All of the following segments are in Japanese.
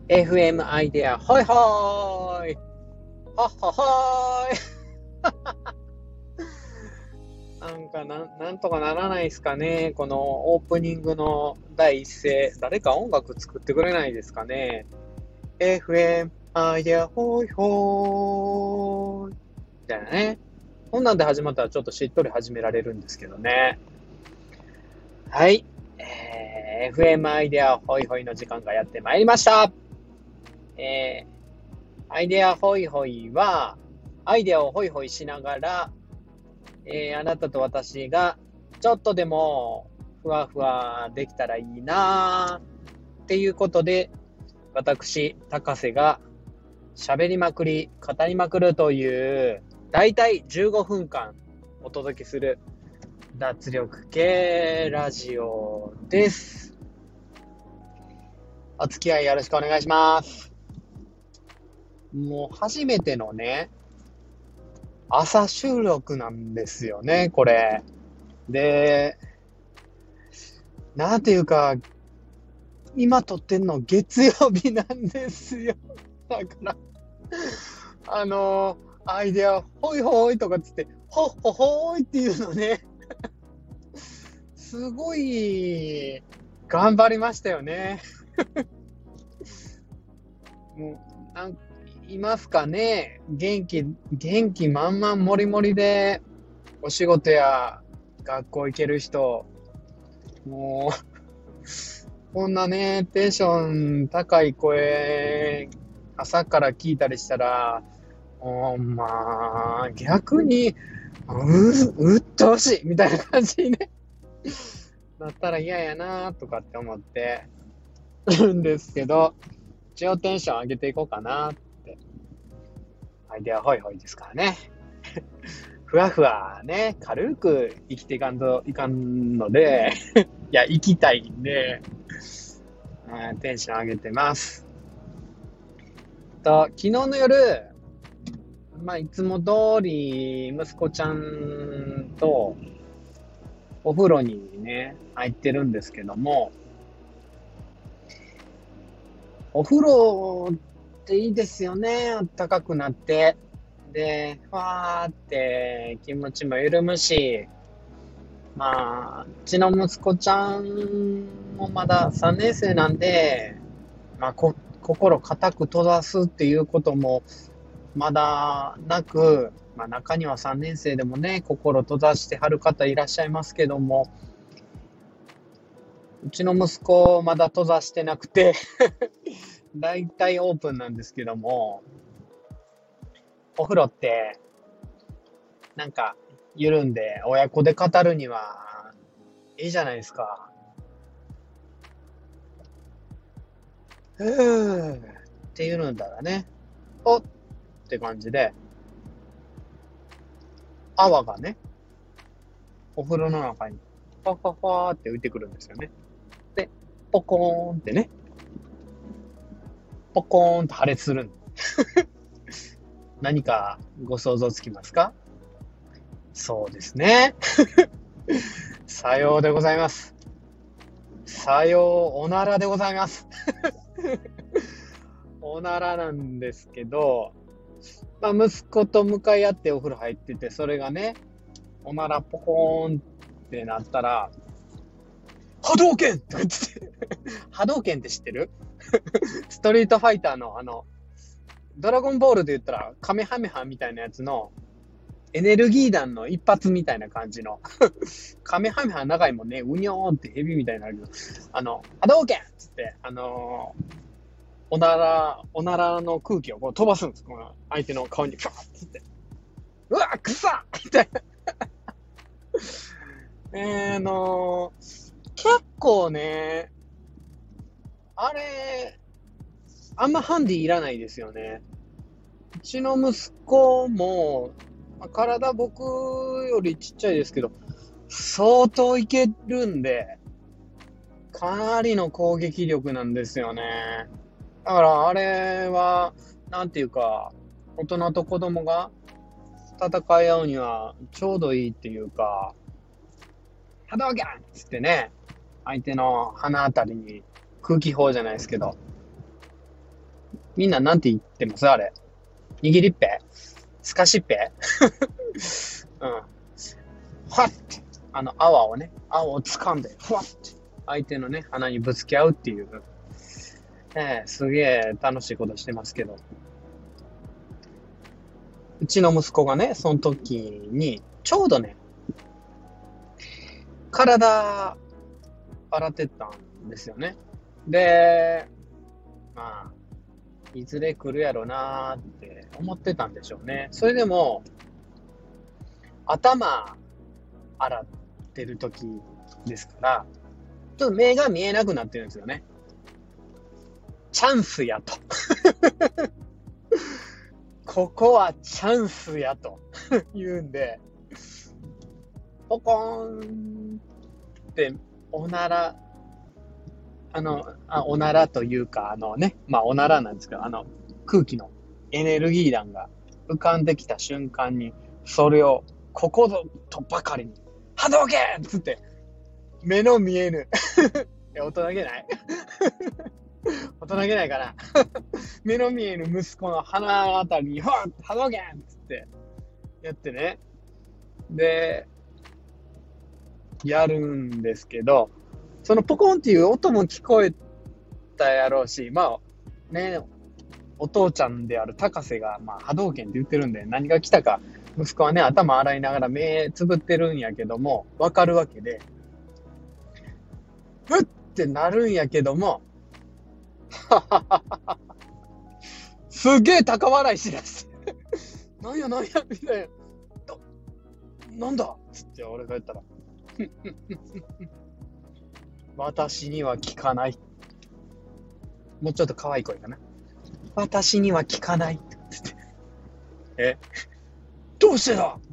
FM アイデア、はいはーい。はっははーい。なんとかならないですかね。このオープニングの第一声。誰か音楽作ってくれないですかね。FM アイデア、ほいほーい。みたいなね。こんなんで始まったらちょっとしっとり始められるんですけどね。はい。FM アイデア、ホイホイの時間がやってまいりました。えアイデアホイホイは、アイデアをホイホイしながら、あなたと私がちょっとでもふわふわできたらいいなっていうことで、私、高瀬が喋りまくり、語りまくるという、だいたい15分間お届けする脱力系ラジオです。お付き合いよろしくお願いします。もう初めてのね、朝収録なんですよね、これ。で、なんていうか、今撮ってんの月曜日なんですよ。だから、アイデア、ほいほいとかつって、ほっほほーいっていうのね、すごい、頑張りましたよね。もう、いますかね、元気満々もりもりで、お仕事や学校行ける人、もう、こんなね、テンション高い声、朝から聞いたりしたら、まあ、逆に、うっとうしいみたいな感じにね、なったら嫌やなとかって思ってるんですけど、一応テンション上げていこうかなって。アイデアホイホイですからね。ふわふわね、軽く生きていかんので、いや、生きたいんで、テンション上げてます。昨日の夜、いつも通り、息子ちゃんとお風呂にね、入ってるんですけども、お風呂っていいですよね、あったかくなって。で、ふわーって気持ちも緩むし、うちの息子ちゃんもまだ3年生なんで、心固く閉ざすっていうこともまだなく、中には3年生でもね、心閉ざしてはる方いらっしゃいますけども、うちの息子まだ閉ざしてなくてだいたいオープンなんですけども、お風呂ってなんか緩んで親子で語るにはいいじゃないですか。ふーって緩んだらね、おって感じで、泡がね、お風呂の中に、ファファファーって浮いてくるんですよね。で、ポコーンってね、ポコーンと破裂する。何かご想像つきますか？そうですね。さようでございます。さようおならでございます。おならなんですけど、息子と向かい合ってお風呂入ってて、それがね、おならポコーンってなったら、波動拳とか言って、波動拳って知ってる？ストリートファイターのドラゴンボールで言ったらカメハメハみたいなやつのエネルギー弾の一発みたいな感じのカメハメハ長いもんね、うにょーってヘビみたいになるけど、波動拳っつって、おならの空気をこう飛ばすんです。この相手の顔に、ファーっつって。うわ、くさみたいな。結構ね、あれ、あんまハンディいらないですよね。うちの息子も、体僕よりちっちゃいですけど、相当いけるんで、かなりの攻撃力なんですよね。だからあれは、なんていうか、大人と子供が戦い合うにはちょうどいいっていうか、波動拳っつってね、相手の鼻あたりに空気砲じゃないですけど、 みんななんて言ってますあれ。握りっぺすかしっぺうん。ふわって、泡を掴んで、ふわって、相手のね、鼻にぶつけ合うっていう、すげえ楽しいことしてますけど。うちの息子がね、その時に、ちょうどね、体洗ってたんですよね。で、まあ、いずれ来るやろなーって思ってたんでしょうね。それでも、頭洗ってる時ですから、ちょっと目が見えなくなってるんですよね。チャンスやと。ここはチャンスやと言うんで、ポコーンっておなら、おならというか、おならなんですけど、空気のエネルギー弾が浮かんできた瞬間に、それを、こことばかりに、波動拳っつって、目の見えぬ。大人げない大人げないかな目の見えぬ息子の鼻あたりに、はっ波動拳っつって、やってね。で、やるんですけど、そのポコンっていう音も聞こえたやろうし、まあ、ね、お父ちゃんである高瀬が、まあ、波動拳って言ってるんで、何が来たか、息子はね、頭洗いながら目つぶってるんやけども、わかるわけで、ふってなるんやけども、すげえ高笑いしだして、なんやなんや、みたいな、なんだつって俺が言ったら、私には聞かない。もうちょっと可愛い声かな。私には聞かない。つって。どうしてだ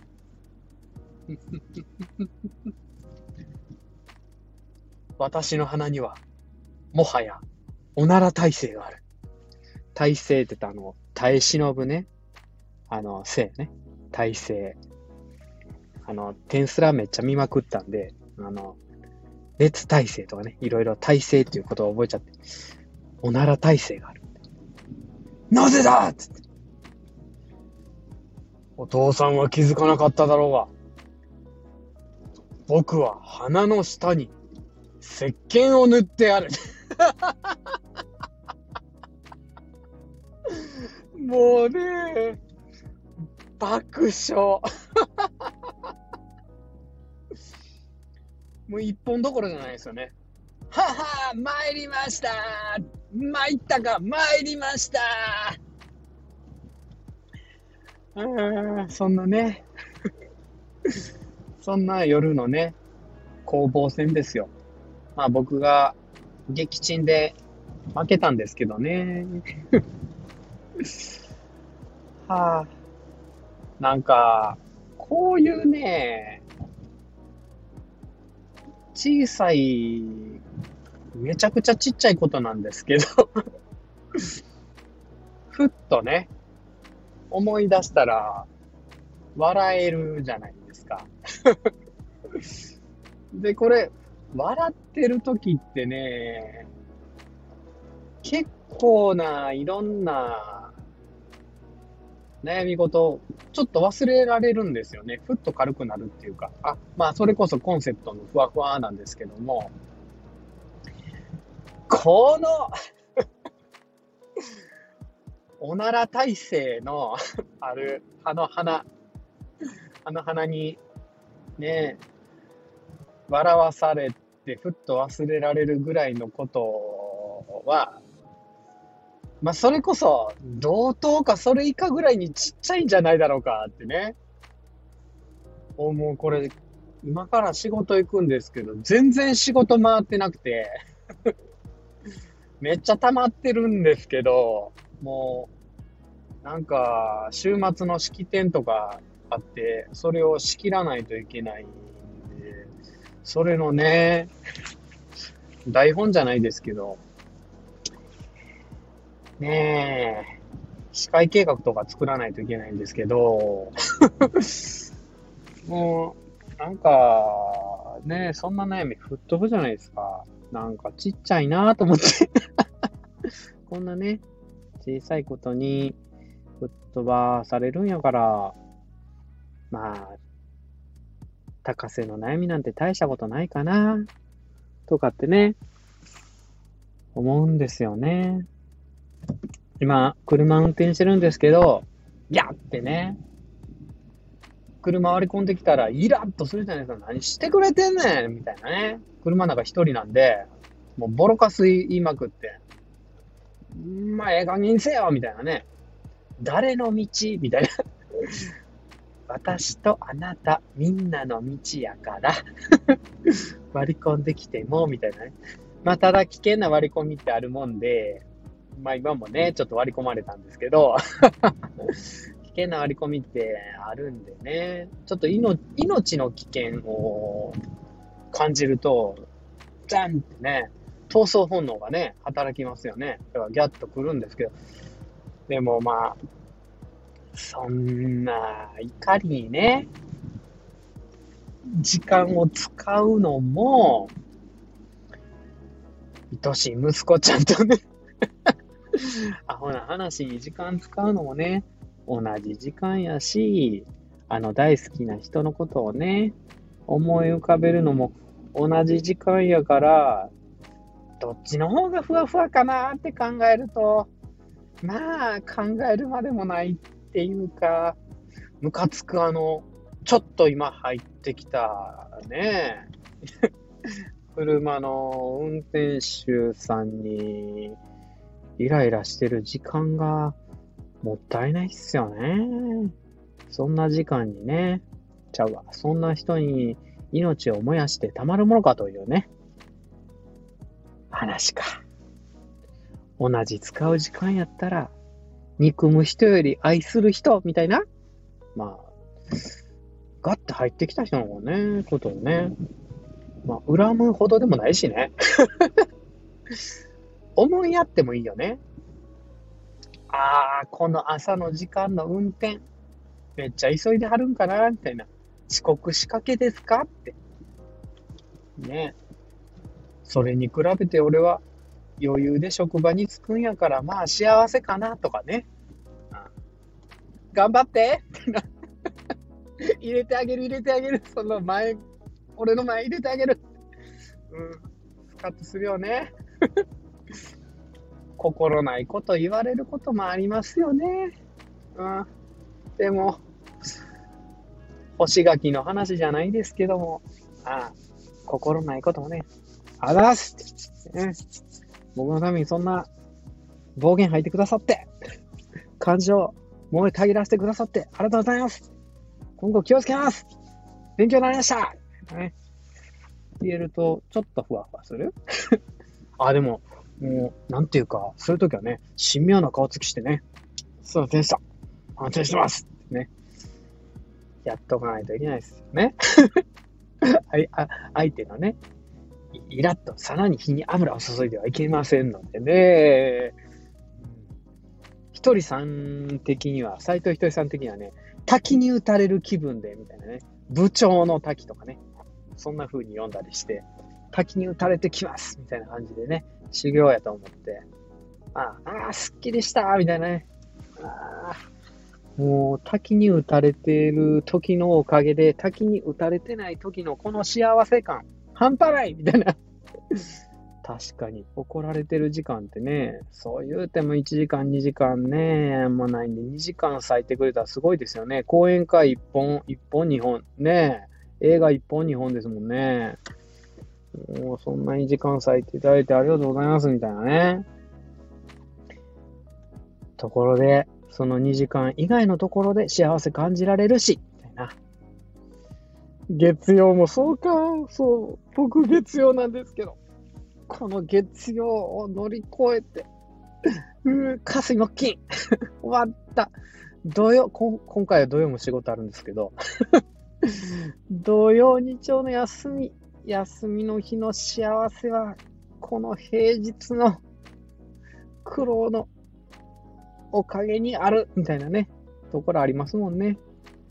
私の鼻には、もはや、おなら耐性がある。耐性って言った耐え忍ぶね。性ね。耐性。点すらめっちゃ見まくったんで、熱耐性とかね、いろいろ耐性っていうことを覚えちゃって、おなら耐性がある。なぜだっつって。お父さんは気づかなかっただろうが、僕は鼻の下に石鹸を塗ってある。もうね、爆笑。もう一本どころじゃないですよね。はは、参りました。参ったか、参りました。そんなね、そんな夜のね、攻防戦ですよ。まあ僕が撃沈で負けたんですけどね。はあ、なんか、こういうね、小さい、めちゃくちゃちっちゃいことなんですけど、ふっとね、思い出したら、笑えるじゃないですか。で、これ、笑ってる時ってね、結構ないろんな悩み事、ちょっと忘れられるんですよね。ふっと軽くなるっていうか。まあ、それこそコンセプトのふわふわなんですけども、このおなら体勢のあるあの鼻にね、笑わされてふっと忘れられるぐらいのことは、まあ、それこそ、同等かそれ以下ぐらいにちっちゃいんじゃないだろうかってね。もうこれ、今から仕事行くんですけど、全然仕事回ってなくて、めっちゃ溜まってるんですけど、もう、なんか、週末の式典とかあって、それを仕切らないといけないんで、それのね、台本じゃないですけど、ねえ、司会計画とか作らないといけないんですけど、もう、なんか、ね、そんな悩み吹っ飛ぶじゃないですか。なんかちっちゃいなと思って。こんなね、 小さいことに吹っ飛ばされるんやから、まあ、高瀬の悩みなんて大したことないかな、とかってね、思うんですよね。今、車運転してるんですけど、ギャッってね、車割り込んできたらイラッとするじゃないですか。何してくれてんねんみたいなね。車の中一人なんで、もうボロカス言いまくって、まあ、ええ加減にせよみたいなね。誰の道みたいな。私とあなた、みんなの道やから割り込んできても、みたいなね。まあ、ただ危険な割り込みってあるもんで、まあ今もね、ちょっと割り込まれたんですけど、危険な割り込みってあるんでね、ちょっと命の危険を感じると、ジャンってね、闘争本能がね、働きますよね。だからギャッとくるんですけど、でもまあ、そんな怒りにね、時間を使うのも、愛しい息子ちゃんとね、アホな話に時間使うのもね、同じ時間やし、大好きな人のことをね、思い浮かべるのも同じ時間やから、どっちの方がふわふわかなって考えると、まあ、考えるまでもないっていうか、ムカつくちょっと今入ってきたね、車の運転手さんにイライラしてる時間がもったいないっすよね。そんな時間にね、そんな人に命を燃やしてたまるものかというね、話か。同じ使う時間やったら、憎む人より愛する人みたいな、まあ、ガッて入ってきた人のね、ことをね、まあ、恨むほどでもないしね。思いやってもいいよね。この朝の時間の運転、めっちゃ急いではるんかなみたいな。遅刻しかけですかって。ね。それに比べて俺は余裕で職場に着くんやから、まあ幸せかなとかね。頑張って入れてあげる。その前、俺の前入れてあげる。スカッとするよね。心ないこと言われることもありますよね。でも、干し柿の話じゃないですけども、心ないこともね、あざーすって、ね。僕のためにそんな暴言吐いてくださって、感情、燃えたぎらせてくださって、ありがとうございます。今後気をつけます。勉強になりました。ね、言えると、ちょっとふわふわするでも、もう、なんていうか、そういうときはね、神妙な顔つきしてね、すいませんでした。反省してます。ね。やっとかないといけないですよね。相手のね、イラッとさらに火に油を注いではいけませんのでね。斎藤ひとりさん的にはね、滝に打たれる気分で、みたいなね、部長の滝とかね、そんな風に読んだりして、滝に打たれてきます、みたいな感じでね、修行やと思って、すっきりしたみたいなね。もう滝に打たれている時のおかげで、滝に打たれてない時のこの幸せ感、半端ないみたいな。確かに、怒られてる時間ってね、そう言うても1時間、2時間ね、もうないんで、2時間割いてくれたらすごいですよね。講演会1本、2本、ね、映画1本、2本ですもんね。もうそんなに時間割いていただいてありがとうございますみたいなね。ところで、その2時間以外のところで幸せ感じられるし、みたいな。月曜もそうか、そう、僕月曜なんですけど、この月曜を乗り越えて、火水木金、終わった。今回は土曜も仕事あるんですけど、土曜日曜の休みの日の幸せは、この平日の苦労のおかげにある、みたいなね、ところありますもんね。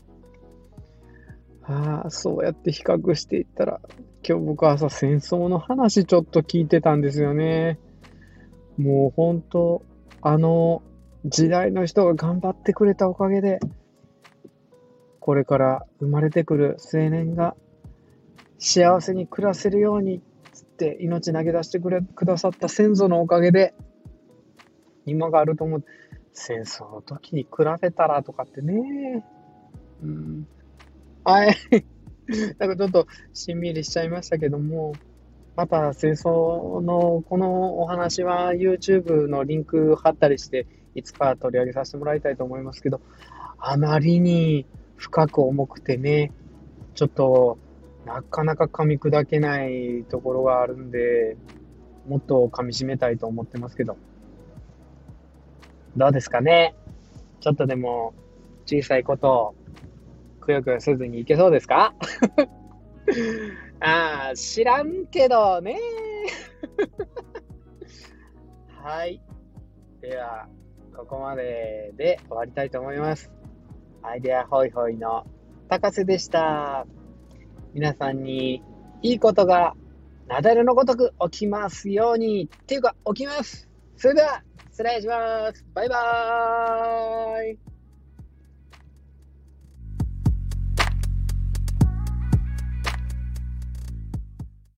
そうやって比較していったら、今日僕は朝戦争の話ちょっと聞いてたんですよね。もう本当、 時代の人が頑張ってくれたおかげで、これから生まれてくる青年が幸せに暮らせるようにつって命投げ出してくださった先祖のおかげで今があると思う。戦争の時に比べたらとかってね。うん。はい。なんかちょっとしんみりしちゃいましたけども、また戦争のこのお話は YouTube のリンク貼ったりして、いつか取り上げさせてもらいたいと思いますけど、あまりに深く重くてね、ちょっとなかなか噛み砕けないところがあるんで、もっと噛み締めたいと思ってますけど、どうですかね。ちょっとでも小さいことをくよくよせずにいけそうですか？ああ、知らんけどね。はい。では、ここまでで終わりたいと思います。アイデアホイホイの高瀬でした。皆さんにいいことが雪崩のごとく起きますように。っていうか、起きます。それでは、失礼します。バイバーイ。